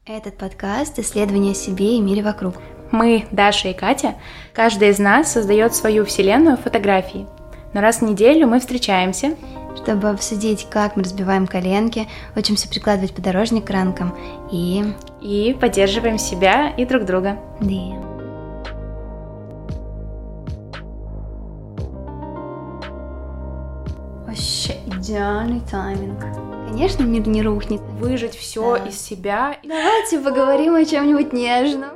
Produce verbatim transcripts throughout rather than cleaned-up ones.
Этот подкаст – исследование о себе и мире вокруг. Мы, Даша и Катя, каждая из нас создает свою вселенную фотографий. Но раз в неделю мы встречаемся, чтобы обсудить, как мы разбиваем коленки, учимся прикладывать подорожник к ранкам и... И поддерживаем себя и друг друга. Да. Вообще идеальный тайминг. Конечно, мир не рухнет. Выжать все да. из себя. Давайте поговорим о чем-нибудь нежном.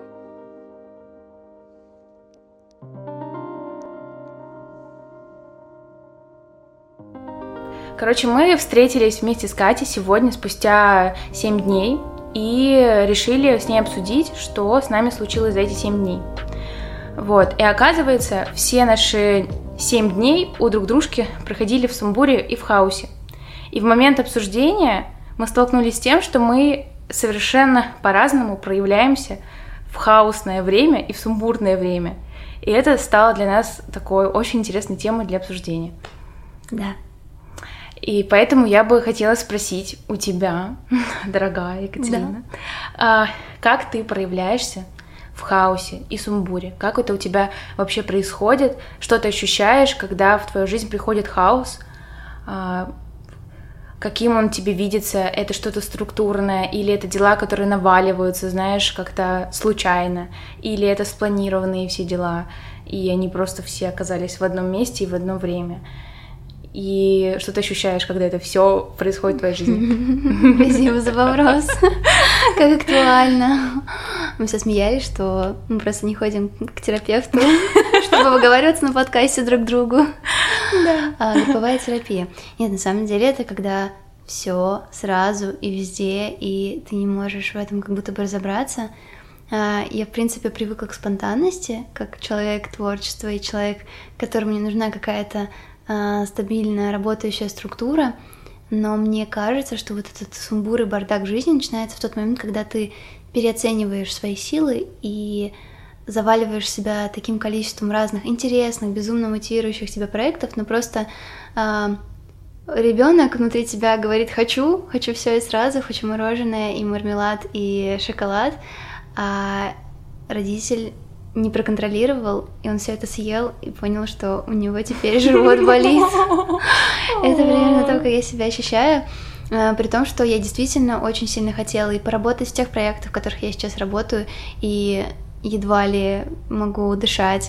Короче, мы встретились вместе с Катей сегодня, спустя семь дней, и решили с ней обсудить, что с нами случилось за эти семь дней. Вот, и оказывается, все наши семь дней у друг дружки проходили в сумбуре и в хаосе. И в момент обсуждения мы столкнулись с тем, что мы совершенно по-разному проявляемся в хаосное время и в сумбурное время. И это стало для нас такой очень интересной темой для обсуждения. Да. И поэтому я бы хотела спросить у тебя, дорогая Екатерина, да. как ты проявляешься в хаосе и сумбуре? Как это у тебя вообще происходит? Что ты ощущаешь, когда в твою жизнь приходит хаос? Каким он тебе видится? Это что-то структурное? Или это дела, которые наваливаются, знаешь, как-то случайно? Или это спланированные все дела, и они просто все оказались в одном месте и в одно время? И что ты ощущаешь, когда это все происходит в твоей жизни? Спасибо за вопрос. Как актуально. Мы все смеялись, что мы просто не ходим к терапевту, чтобы выговариваться на подкасте друг другу. Да. А, групповая терапия. Нет, на самом деле это когда все сразу и везде, и ты не можешь в этом как будто бы разобраться. А, я, в принципе, привыкла к спонтанности, как человек творчества и человек, которому не нужна какая-то а, стабильная работающая структура. Но мне кажется, что вот этот сумбур и бардак в жизни начинается в тот момент, когда ты переоцениваешь свои силы и заваливаешь себя таким количеством разных интересных, безумно мотивирующих тебя проектов, но просто э, ребенок внутри тебя говорит «хочу, хочу все и сразу, хочу мороженое и мармелад и шоколад», а родитель не проконтролировал, и он все это съел и понял, что у него теперь живот болит. Это примерно то, как я себя ощущаю. При том, что я действительно очень сильно хотела и поработать в тех проектах, в которых я сейчас работаю, и едва ли могу дышать,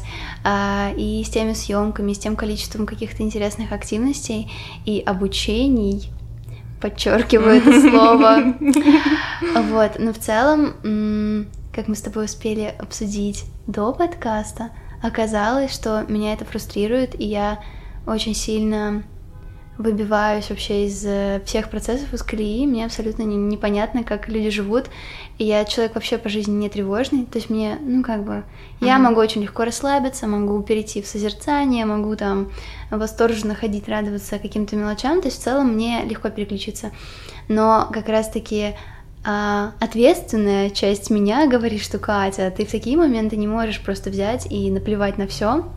и с теми съемками, и с тем количеством каких-то интересных активностей и обучений, подчеркиваю это слово. Вот, но в целом, как мы с тобой успели обсудить до подкаста, оказалось, что меня это фрустрирует, и я очень сильно выбиваюсь вообще из всех процессов, из колеи. Мне абсолютно не, непонятно, как люди живут. И я человек вообще по жизни не тревожный. То есть мне, ну как бы, mm-hmm. я могу очень легко расслабиться, могу перейти в созерцание, могу там восторженно ходить, радоваться каким-то мелочам. То есть в целом мне легко переключиться. Но как раз-таки а, ответственная часть меня говорит, что Катя, ты в такие моменты не можешь просто взять и наплевать на все.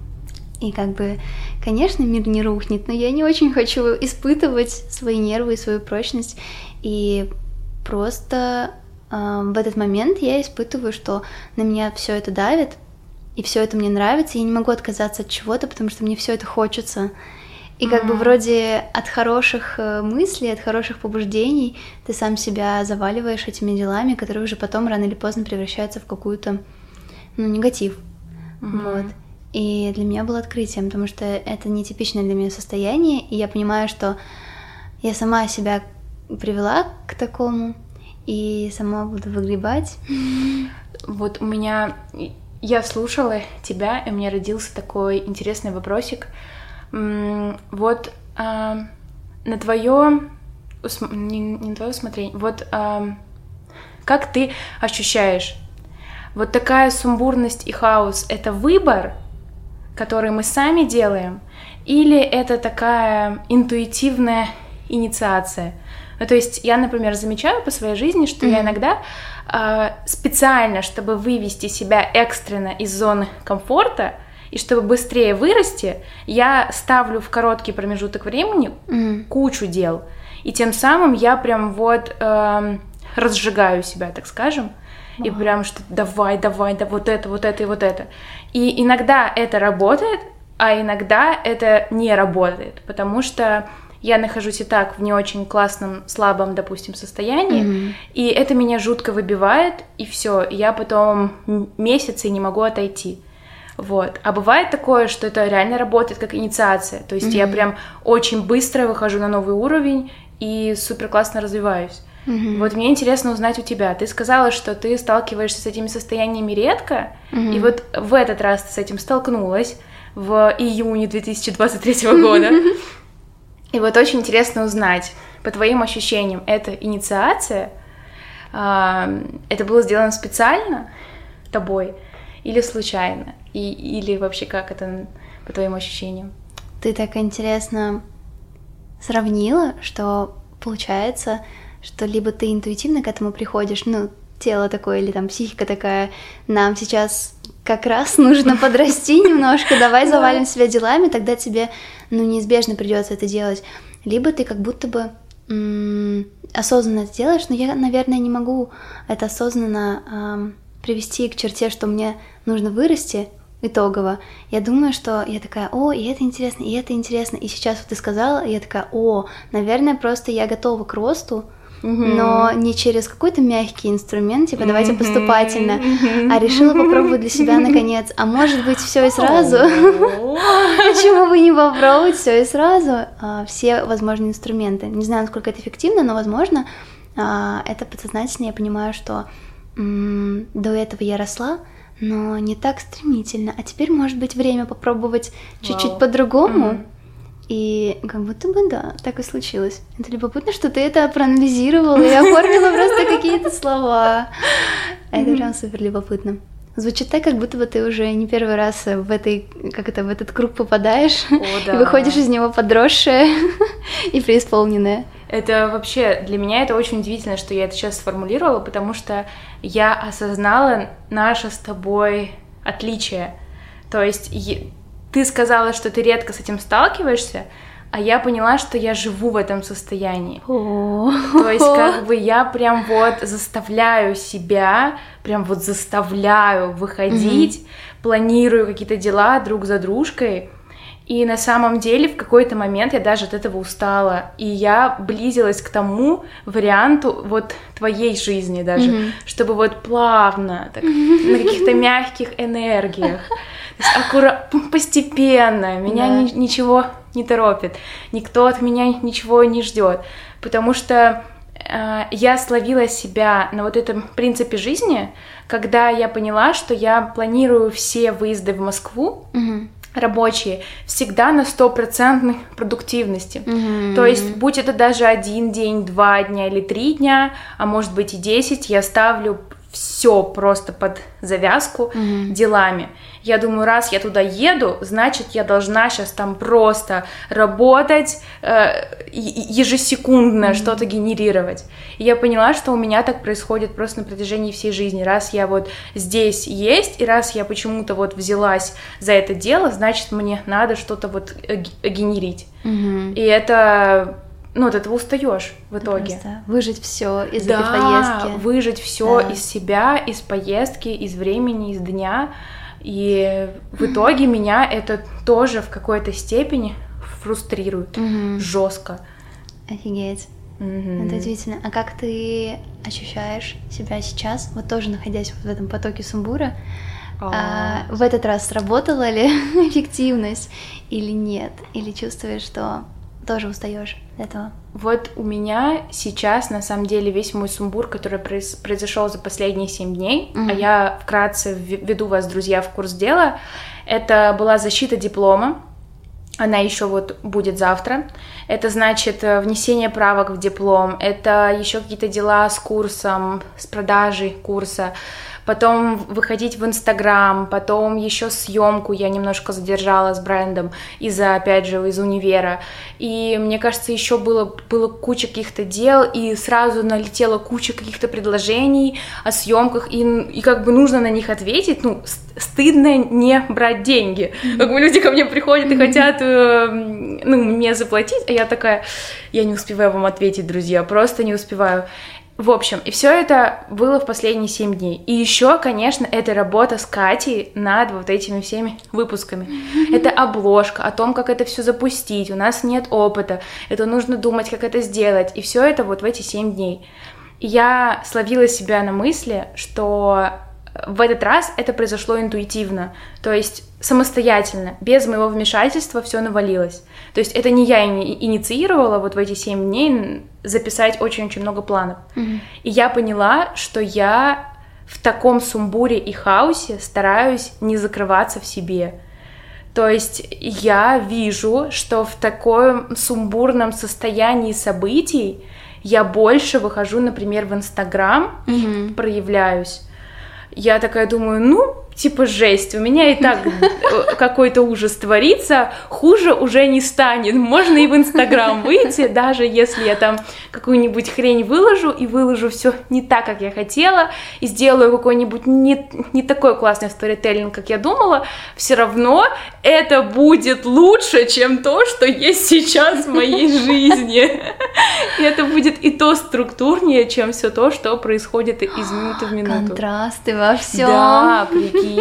И как бы, конечно, мир не рухнет, но я не очень хочу испытывать свои нервы и свою прочность. И просто э, в этот момент я испытываю, что на меня все это давит, и все это мне нравится, и я не могу отказаться от чего-то, потому что мне все это хочется. И как mm-hmm. бы вроде от хороших мыслей, от хороших побуждений ты сам себя заваливаешь этими делами, которые уже потом рано или поздно превращаются в какую-то, ну, негатив. Mm-hmm. Вот. И для меня было открытием, потому что это нетипичное для меня состояние, и я понимаю, что я сама себя привела к такому, и сама буду выгребать. Вот у меня... Я слушала тебя, и у меня родился такой интересный вопросик. Вот э, на твое... Не, не на твое усмотрение. Вот э, как ты ощущаешь? Вот такая сумбурность и хаос — это выбор, который мы сами делаем, или это такая интуитивная инициация? Ну, то есть я, например, замечаю по своей жизни, что mm-hmm. я иногда э, специально, чтобы вывести себя экстренно из зоны комфорта и чтобы быстрее вырасти, я ставлю в короткий промежуток времени mm-hmm. кучу дел, и тем самым я прям вот... Э, разжигаю себя, так скажем, wow. и прям что давай, давай, да вот это, вот это и вот это. И иногда это работает, а иногда это не работает, потому что я нахожусь и так в не очень классном, слабом, допустим, состоянии, mm-hmm. и это меня жутко выбивает, и все, я потом месяцы не могу отойти. Вот. А бывает такое, что это реально работает как инициация, то есть mm-hmm. я прям очень быстро выхожу на новый уровень и супер классно развиваюсь. Mm-hmm. Вот мне интересно узнать у тебя. Ты сказала, что ты сталкиваешься с этими состояниями редко, mm-hmm. и вот в этот раз ты с этим столкнулась в июне две тысячи двадцать третьего года. И вот очень интересно узнать, по твоим ощущениям, это инициация? Это было сделано специально тобой или случайно? И, или вообще как это по твоим ощущениям? Ты так интересно сравнила, что получается, что либо ты интуитивно к этому приходишь, ну, тело такое или там психика такая, нам сейчас как раз нужно подрасти немножко, давай завалим себя делами, тогда тебе, ну, неизбежно придется это делать. Либо ты как будто бы м- осознанно это делаешь, но я, наверное, не могу это осознанно м- привести к черте, что мне нужно вырасти итогово. Я думаю, что я такая, о, и это интересно, и это интересно, и сейчас вот ты сказала, и я такая, о, наверное, просто я готова к росту, Mm-hmm. но не через какой-то мягкий инструмент, типа давайте mm-hmm. поступательно, mm-hmm. а решила попробовать для себя наконец. А может быть, все и сразу? Почему бы не попробовать все и сразу? Все возможные инструменты. Не знаю, насколько это эффективно, но возможно, это подсознательно. Я понимаю, что до этого я росла, но не так стремительно. А теперь, может быть, время попробовать чуть-чуть по-другому. И как будто бы, да, так и случилось. Это любопытно, что ты это проанализировала и оформила просто какие-то слова. Это прям супер любопытно. Звучит так, как будто бы ты уже не первый раз в этой, как это, в этот круг попадаешь. О, да. И выходишь из него подросшая и преисполненная. Это вообще, для меня это очень удивительно, что я это сейчас сформулировала, потому что я осознала наше с тобой отличие. То есть ты сказала, что ты редко с этим сталкиваешься, а я поняла, что я живу в этом состоянии. О-о-о. То есть как бы я прям вот заставляю себя, прям вот заставляю выходить, mm-hmm. планирую какие-то дела друг за дружкой. И на самом деле в какой-то момент я даже от этого устала. И я близилась к тому варианту вот твоей жизни даже, mm-hmm. чтобы вот плавно, так, mm-hmm. на каких-то мягких энергиях, аккуратно, постепенно, меня да. ни, ничего не торопит, никто от меня ничего не ждет, потому что э, я словила себя на вот этом принципе жизни, когда я поняла, что я планирую все выезды в Москву, mm-hmm. рабочие, всегда на стопроцентной продуктивности. Mm-hmm. То есть, будь это даже один день, два дня или три дня, а может быть и десять, я ставлю все просто под завязку mm-hmm. делами. Я думаю, раз я туда еду, значит, я должна сейчас там просто работать, э, ежесекундно mm-hmm. что-то генерировать. И я поняла, что у меня так происходит просто на протяжении всей жизни. Раз я вот здесь есть, и раз я почему-то вот взялась за это дело, значит, мне надо что-то вот генерить. Mm-hmm. И это... Ну, от этого устаешь в итоге. Просто выжать все из да, этой поездки. Выжать все да. из себя, из поездки, из времени, из дня. И в итоге меня это тоже в какой-то степени фрустрирует mm-hmm. жестко. Офигеть. Mm-hmm. Это удивительно. А как ты ощущаешь себя сейчас, вот тоже находясь в этом потоке сумбура? Oh. А, в этот раз сработала ли эффективность или нет? Или чувствуешь, что тоже устаешь от этого? Вот у меня сейчас, на самом деле, весь мой сумбур, который произ- произошел за последние семь дней, mm-hmm. а я вкратце веду вас, друзья, в курс дела, это была защита диплома, она еще вот будет завтра, это значит внесение правок в диплом, это еще какие-то дела с курсом, с продажей курса, потом выходить в Инстаграм, потом еще съемку я немножко задержала с брендом из-за, опять же, из универа. И мне кажется, еще было, было куча каких-то дел, и сразу налетела куча каких-то предложений о съемках, и, и как бы нужно на них ответить. Ну, стыдно не брать деньги. Mm-hmm. Как бы люди ко мне приходят и mm-hmm. хотят ну, мне заплатить, а я такая, я не успеваю вам ответить, друзья, просто не успеваю. В общем, и все это было в последние семь дней. И еще, конечно, это работа с Катей над вот этими всеми выпусками. Mm-hmm. Это обложка, о том, как это все запустить. У нас нет опыта, это нужно думать, как это сделать. И все это вот в эти семь дней. И я словила себя на мысли, что в этот раз это произошло интуитивно, то есть самостоятельно, без моего вмешательства все навалилось. То есть это не я инициировала вот в эти семь дней записать очень-очень много планов. Mm-hmm. И я поняла, что я в таком сумбуре и хаосе стараюсь не закрываться в себе. То есть я вижу, что в таком сумбурном состоянии событий я больше выхожу, например, в Инстаграм mm-hmm. и проявляюсь. Я такая думаю, ну, типа, жесть, у меня и так какой-то ужас творится, хуже уже не станет, можно и в Инстаграм выйти, даже если я там какую-нибудь хрень выложу, и выложу все не так, как я хотела, и сделаю какой-нибудь не, не такой классный сторителлинг, как я думала, все равно это будет лучше, чем то, что есть сейчас в моей жизни. И это будет и то структурнее, чем все то, что происходит из минуты в минуту. Контрасты во всем. Да, прикинь.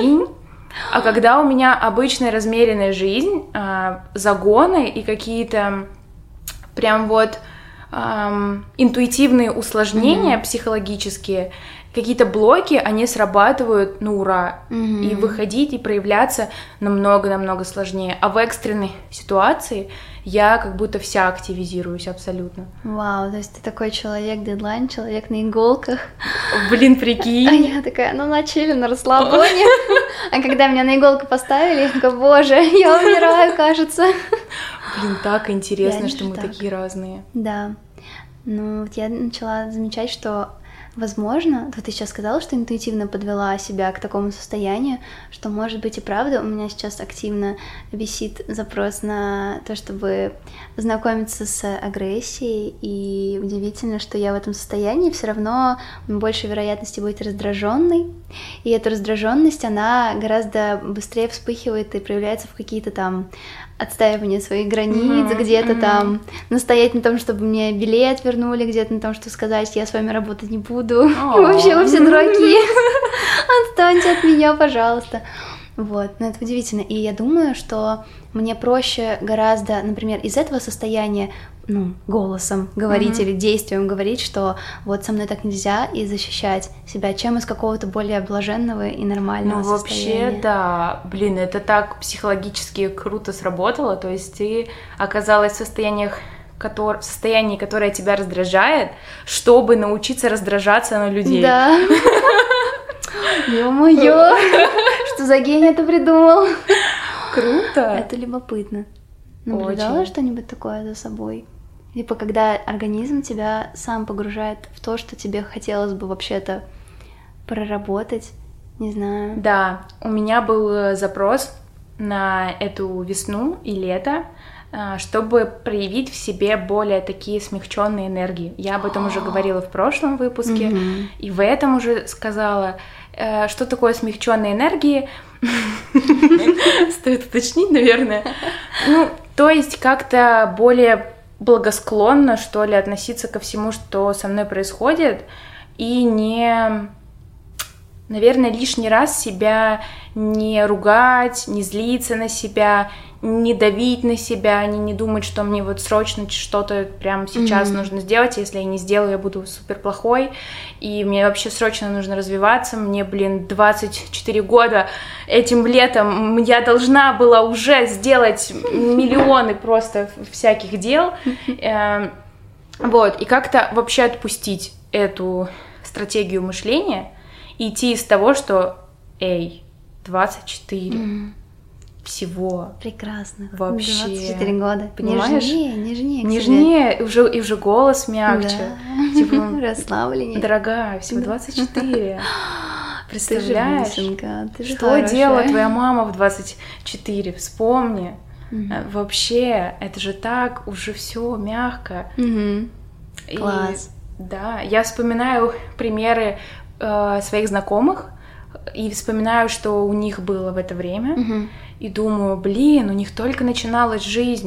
А когда у меня обычная размеренная жизнь, э, загоны и какие-то прям вот э, интуитивные усложнения mm-hmm. психологические, какие-то блоки, они срабатывают на ура. Mm-hmm. И выходить, и проявляться намного-намного сложнее. А в экстренной ситуации я как будто вся активизируюсь абсолютно. Вау, то есть ты такой человек, дедлайн, человек на иголках. Блин, прикинь. А я такая, ну на чиле, на расслабоне. А когда меня на иголку поставили, я такая, боже, я умираю, кажется. Блин, так интересно, что мы такие разные. Да. Ну, вот я начала замечать, что возможно, вот ты сейчас сказала, что интуитивно подвела себя к такому состоянию, что, может быть, и правда, у меня сейчас активно висит запрос на то, чтобы знакомиться с агрессией, и удивительно, что я в этом состоянии все равно больше вероятности быть раздраженной, и эта раздраженность, она гораздо быстрее вспыхивает и проявляется в какие-то там отстаивание своих границ, mm-hmm, где-то mm-hmm. там настоять на том, чтобы мне билет вернули, где-то на том, что сказать, я с вами работать не буду. Oh. И вообще вы все дураки. Отстаньте от меня, пожалуйста. Вот, ну это удивительно. И я думаю, что мне проще гораздо, например, из этого состояния, ну, голосом говорить mm-hmm. или действием говорить, что вот со мной так нельзя, и защищать себя, чем из какого-то более блаженного и нормального ну, состояния. Вообще, да. Блин, это так психологически круто сработало, то есть ты оказалась в состояниях, в состоянии, которое тебя раздражает, чтобы научиться раздражаться на людей. Да. Ё-моё, что за гений это придумал? Круто. Это любопытно. Наблюдала что-нибудь такое за собой? Либо когда организм тебя сам погружает в то, что тебе хотелось бы вообще-то проработать, не знаю. Да, у меня был запрос на эту весну и лето, чтобы проявить в себе более такие смягченные энергии. Я об этом уже говорила в прошлом выпуске, mm-hmm. и в этом уже сказала, что такое смягченные энергии. Стоит уточнить, наверное. Ну, то есть как-то более благосклонно, что ли, относиться ко всему, что со мной происходит, и не, наверное, лишний раз себя не ругать, не злиться на себя, не давить на себя, не, не думать, что мне вот срочно что-то прямо сейчас mm-hmm. нужно сделать, если я не сделаю, я буду супер плохой, и мне вообще срочно нужно развиваться, мне, блин, двадцать четыре года, этим летом я должна была уже сделать миллионы просто всяких дел, mm-hmm. вот, и как-то вообще отпустить эту стратегию мышления и идти из того, что, эй, двадцать четыре, mm-hmm. всего. Прекрасно. Вообще. двадцать четыре года. Понимаешь? Нежнее, нежнее. Нежнее, и уже, и уже голос мягче. Да. Типа, расслабленнее. Дорогая, всего двадцать четыре. Представляешь, ты же бусинка, ты же что хорошая. делала твоя мама в двадцать четыре? Вспомни. Mm-hmm. Вообще, это же так уже все мягко. Mm-hmm. И, класс. Да, я вспоминаю примеры э, своих знакомых и вспоминаю, что у них было в это время. Mm-hmm. И думаю, блин, у них только начиналась жизнь,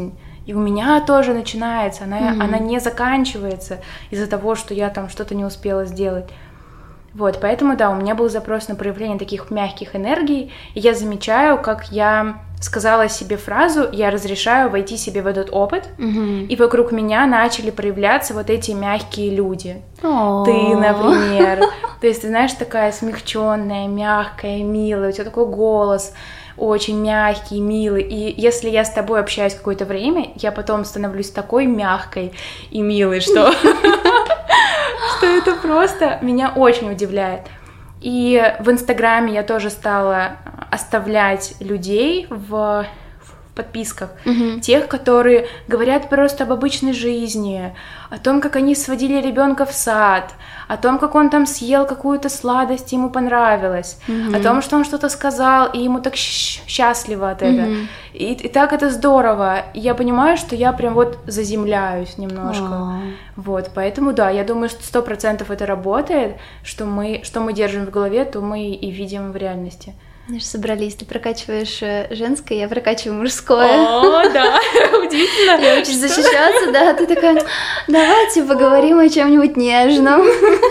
И у меня тоже начинается, она, Mm-hmm. она не заканчивается из-за того, что я там что-то не успела сделать. Вот, поэтому, да, у меня был запрос на проявление таких мягких энергий, и я замечаю, как я сказала себе фразу «я разрешаю войти себе в этот опыт», Mm-hmm. и вокруг меня начали проявляться вот эти мягкие люди. Oh. Ты, например. То есть, ты знаешь, такая смягченная, мягкая, милая, у тебя такой голос очень мягкий, милый, и если я с тобой общаюсь какое-то время, я потом становлюсь такой мягкой и милой, что... что это просто меня очень удивляет. И в Инстаграме я тоже стала оставлять людей в, в подписках, Mm-hmm. тех, которые говорят просто об обычной жизни, о том, как они сводили ребенка в сад, о том, как он там съел какую-то сладость, и ему понравилось, Mm-hmm. о том, что он что-то сказал, и ему так щ- счастливо от этого. Mm-hmm. И, и так это здорово. И я понимаю, что я прям вот заземляюсь немножко. Oh. Вот, поэтому да, я думаю, что сто процентов это работает, что мы, что мы держим в голове, то мы и видим в реальности. Мы же собрались, ты прокачиваешь женское, я прокачиваю мужское. О, да, удивительно. Я учусь защищаться, да, ты такая, давайте поговорим о чем-нибудь нежном.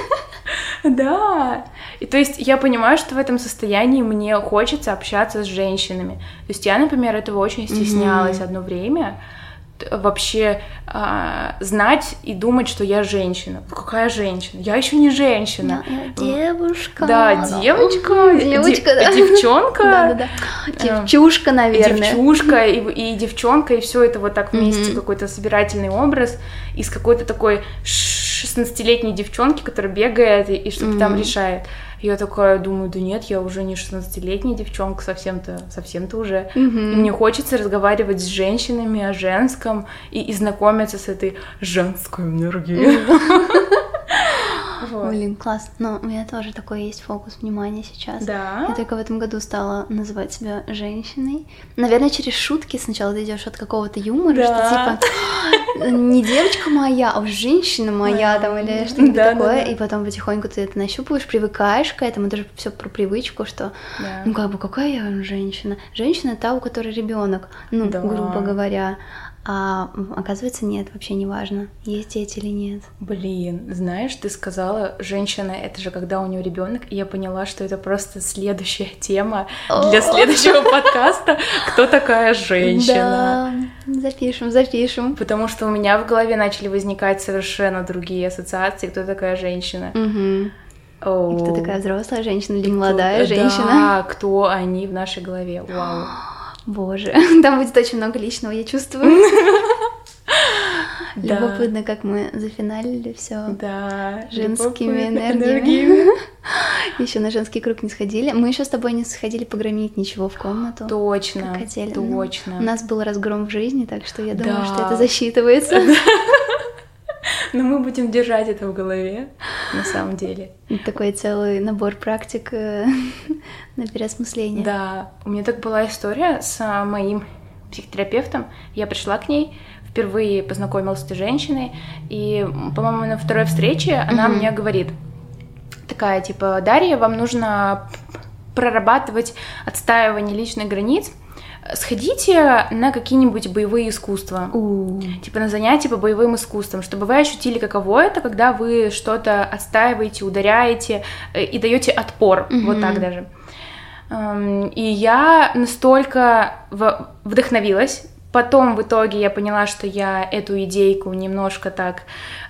Да, и то есть я понимаю, что в этом состоянии мне хочется общаться с женщинами. То есть я, например, этого очень стеснялась mm-hmm. одно время, вообще а, знать и думать, что я женщина. Какая женщина? Я еще не женщина. Я, я девушка. Да, девочка. Девочка, ди- да. Девчонка. Да, да, да. Девчушка, наверное. Девчушка и, и девчонка, и все это вот так вместе, Mm-hmm. какой-то собирательный образ из какой-то такой шестнадцатилетней девчонки, которая бегает и, и что-то mm-hmm. там решает. Я такая думаю, да нет, я уже не шестнадцатилетняя девчонка, совсем-то, совсем-то уже. Mm-hmm. И мне хочется разговаривать с женщинами о женском и, и знакомиться с этой женской энергией. Mm-hmm. Вот. Блин, класс. Но у меня тоже такой есть фокус внимания сейчас. Да. Я только в этом году стала называть себя женщиной. Наверное, через шутки сначала ты идешь от какого-то юмора, да. что типа не девочка моя, а уж женщина моя, там, или что-нибудь да, такое. Да, да. И потом потихоньку ты это нащупываешь, привыкаешь к этому, даже все про привычку, что да. ну как бы какая я женщина? Женщина та, у которой ребенок, ну, да. грубо говоря. А оказывается, нет, вообще не важно, есть дети или нет. Блин, знаешь, ты сказала, женщина — это же когда у нее ребенок, и я поняла, что это просто следующая тема для следующего подкаста. Кто такая женщина? Да, запишем, запишем. Потому что у меня в голове начали возникать совершенно другие ассоциации, кто такая женщина. Угу. Oh. И кто такая взрослая женщина или молодая кто, женщина? Да, кто они в нашей голове. Вау. Боже, там будет очень много личного, я чувствую. Да. Любопытно, как мы зафиналили все да, женскими энергиями. Еще на женский круг не сходили. Мы еще с тобой не сходили погромить ничего в комнату. Точно, как хотели. точно. Ну, у нас был разгром в жизни, так что я думаю, да. что это засчитывается. Но мы будем держать это в голове, на самом деле. Такой целый набор практик на переосмысление. Да, у меня так была история с моим психотерапевтом. Я пришла к ней, впервые познакомилась с этой женщиной, и, по-моему, на второй встрече она mm-hmm. мне говорит, такая, типа, Дарья, вам нужно прорабатывать отстаивание личных границ, сходите на какие-нибудь боевые искусства, uh. типа на занятия по боевым искусствам, чтобы вы ощутили, каково это, когда вы что-то отстаиваете, ударяете и даете отпор, mm-hmm. вот так даже. И я настолько вдохновилась. Потом в итоге я поняла, что я эту идейку немножко так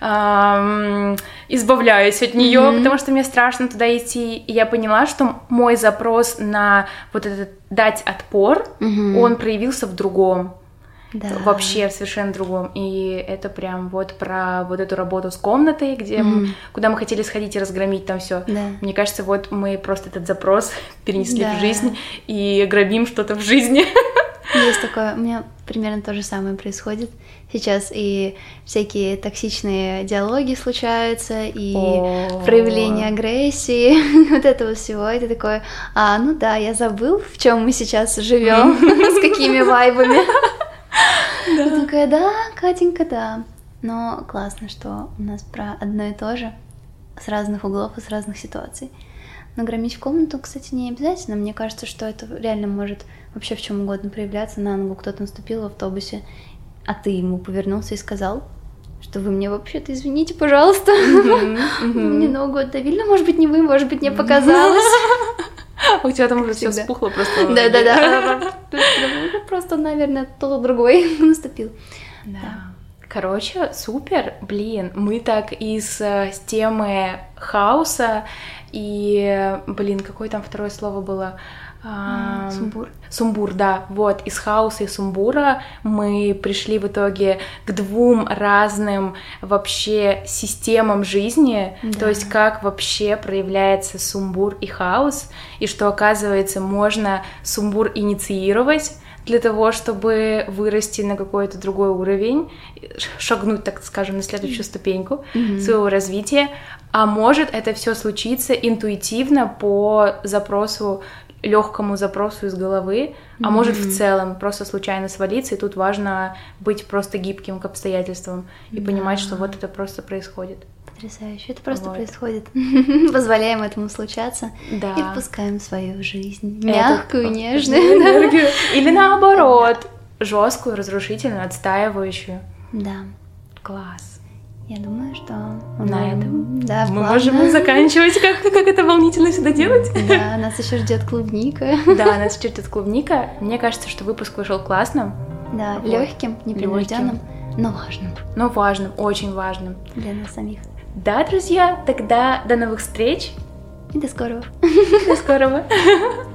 эм, избавляюсь от нее, mm-hmm. потому что мне страшно туда идти. И я поняла, что мой запрос на вот этот дать отпор, mm-hmm. он проявился в другом. Да. Вообще в совершенно другом. И это прям вот про вот эту работу с комнатой, где mm-hmm. мы, куда мы хотели сходить и разгромить там все. Да. Мне кажется, вот мы просто этот запрос перенесли да. в жизнь и громим что-то в жизни. Есть такое, у меня примерно то же самое происходит сейчас, и всякие токсичные диалоги случаются, и О-о-о. проявление агрессии, вот этого всего, и ты такой, а, ну да, я забыл, в чем мы сейчас живем, с какими вайбами. Я такая, да, Катенька, да, но классно, что у нас про одно и то же, с разных углов и с разных ситуаций. Но громить в комнату, кстати, не обязательно. Мне кажется, что это реально может вообще в чем угодно проявляться. На ногу кто-то наступил в автобусе, а ты ему повернулся и сказал, что вы мне вообще-то извините, пожалуйста, мне ногу отдавили, ну, может быть, не вы, может быть, мне показалось. У тебя там уже все вспухло просто. Да-да-да, просто, наверное, тот другой наступил. Да. Короче, супер, блин, мы так из с темы хаоса и, блин, какое там второе слово было? А, сумбур. Сумбур, да, вот, из хаоса и сумбура мы пришли в итоге к двум разным вообще системам жизни, да. То есть как вообще проявляется сумбур и хаос, и что, оказывается, можно сумбур инициировать для того, чтобы вырасти на какой-то другой уровень, шагнуть, так скажем, на следующую ступеньку mm-hmm. своего развития, а может это все случиться интуитивно по запросу, легкому запросу из головы, mm-hmm. а может в целом просто случайно свалиться, и тут важно быть просто гибким к обстоятельствам и yeah. понимать, что вот это просто происходит. Потрясающе, это просто вот. Происходит. Позволяем этому случаться да. и впускаем в свою жизнь мягкую, это... нежную энергию. Или наоборот, жесткую, разрушительную, отстаивающую. Да. Класс. Я думаю, что на этом да, мы можем заканчивать. Как, как это волнительно сюда делать? Да, нас еще ждет клубника. Да, нас еще ждет клубника. Мне кажется, что выпуск вышел классным. Да, вот. Легким, непринужденным, но важным. Но важным, очень важным. Для нас самих. Да, друзья, тогда до новых встреч. И до скорого. До скорого.